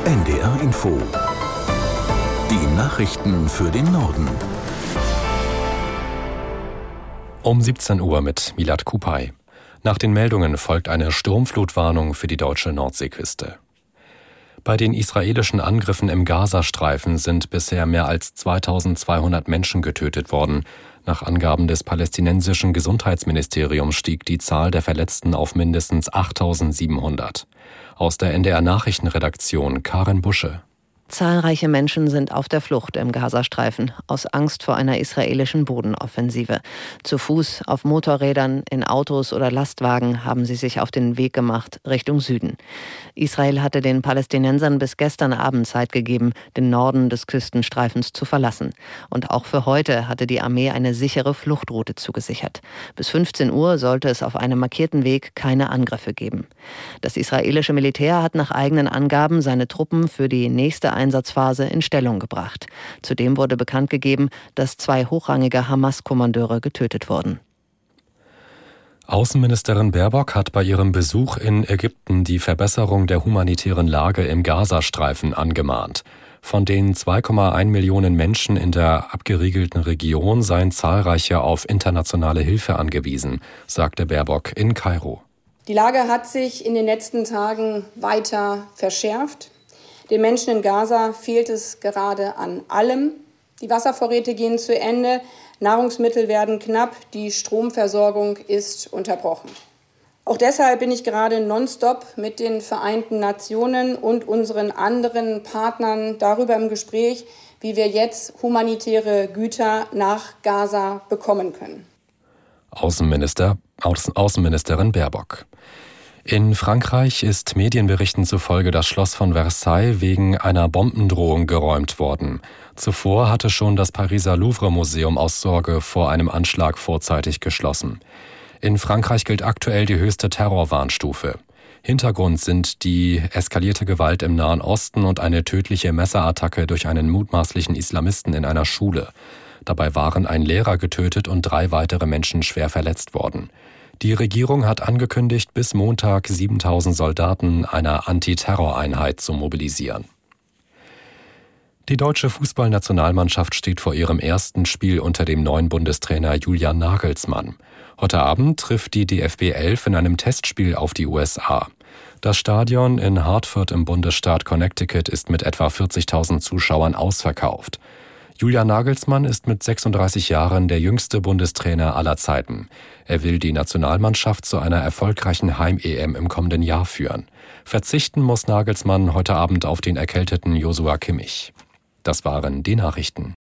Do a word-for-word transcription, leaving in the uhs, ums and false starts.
N D R Info. Die Nachrichten für den Norden. Um siebzehn Uhr mit Milad Kupay. Nach den Meldungen folgt eine Sturmflutwarnung für die deutsche Nordseeküste. Bei den israelischen Angriffen im Gazastreifen sind bisher mehr als zweitausendzweihundert Menschen getötet worden. Nach Angaben des palästinensischen Gesundheitsministeriums stieg die Zahl der Verletzten auf mindestens achttausendsiebenhundert. Aus der N D R Nachrichtenredaktion Karin Busche. Zahlreiche Menschen sind auf der Flucht im Gazastreifen, aus Angst vor einer israelischen Bodenoffensive. Zu Fuß, auf Motorrädern, in Autos oder Lastwagen haben sie sich auf den Weg gemacht Richtung Süden. Israel hatte den Palästinensern bis gestern Abend Zeit gegeben, den Norden des Küstenstreifens zu verlassen. Und auch für heute hatte die Armee eine sichere Fluchtroute zugesichert. Bis fünfzehn Uhr sollte es auf einem markierten Weg keine Angriffe geben. Das israelische Militär hat nach eigenen Angaben seine Truppen für die nächste Einsatzphase in Stellung gebracht. Zudem wurde bekannt gegeben, dass zwei hochrangige Hamas-Kommandeure getötet wurden. Außenministerin Baerbock hat bei ihrem Besuch in Ägypten die Verbesserung der humanitären Lage im Gazastreifen angemahnt. Von den zwei Komma eins Millionen Menschen in der abgeriegelten Region seien zahlreiche auf internationale Hilfe angewiesen, sagte Baerbock in Kairo. Die Lage hat sich in den letzten Tagen weiter verschärft. Den Menschen in Gaza fehlt es gerade an allem. Die Wasservorräte gehen zu Ende, Nahrungsmittel werden knapp, die Stromversorgung ist unterbrochen. Auch deshalb bin ich gerade nonstop mit den Vereinten Nationen und unseren anderen Partnern darüber im Gespräch, wie wir jetzt humanitäre Güter nach Gaza bekommen können. Außenminister, Außen, Außenministerin Baerbock. In Frankreich ist Medienberichten zufolge das Schloss von Versailles wegen einer Bombendrohung geräumt worden. Zuvor hatte schon das Pariser Louvre-Museum aus Sorge vor einem Anschlag vorzeitig geschlossen. In Frankreich gilt aktuell die höchste Terrorwarnstufe. Hintergrund sind die eskalierte Gewalt im Nahen Osten und eine tödliche Messerattacke durch einen mutmaßlichen Islamisten in einer Schule. Dabei waren ein Lehrer getötet und drei weitere Menschen schwer verletzt worden. Die Regierung hat angekündigt, bis Montag siebentausend Soldaten einer Antiterroreinheit zu mobilisieren. Die deutsche Fußballnationalmannschaft steht vor ihrem ersten Spiel unter dem neuen Bundestrainer Julian Nagelsmann. Heute Abend trifft die D F B elf in einem Testspiel auf die U S A. Das Stadion in Hartford im Bundesstaat Connecticut ist mit etwa vierzigtausend Zuschauern ausverkauft. Julian Nagelsmann ist mit sechsunddreißig Jahren der jüngste Bundestrainer aller Zeiten. Er will die Nationalmannschaft zu einer erfolgreichen Heim-E M im kommenden Jahr führen. Verzichten muss Nagelsmann heute Abend auf den erkälteten Joshua Kimmich. Das waren die Nachrichten.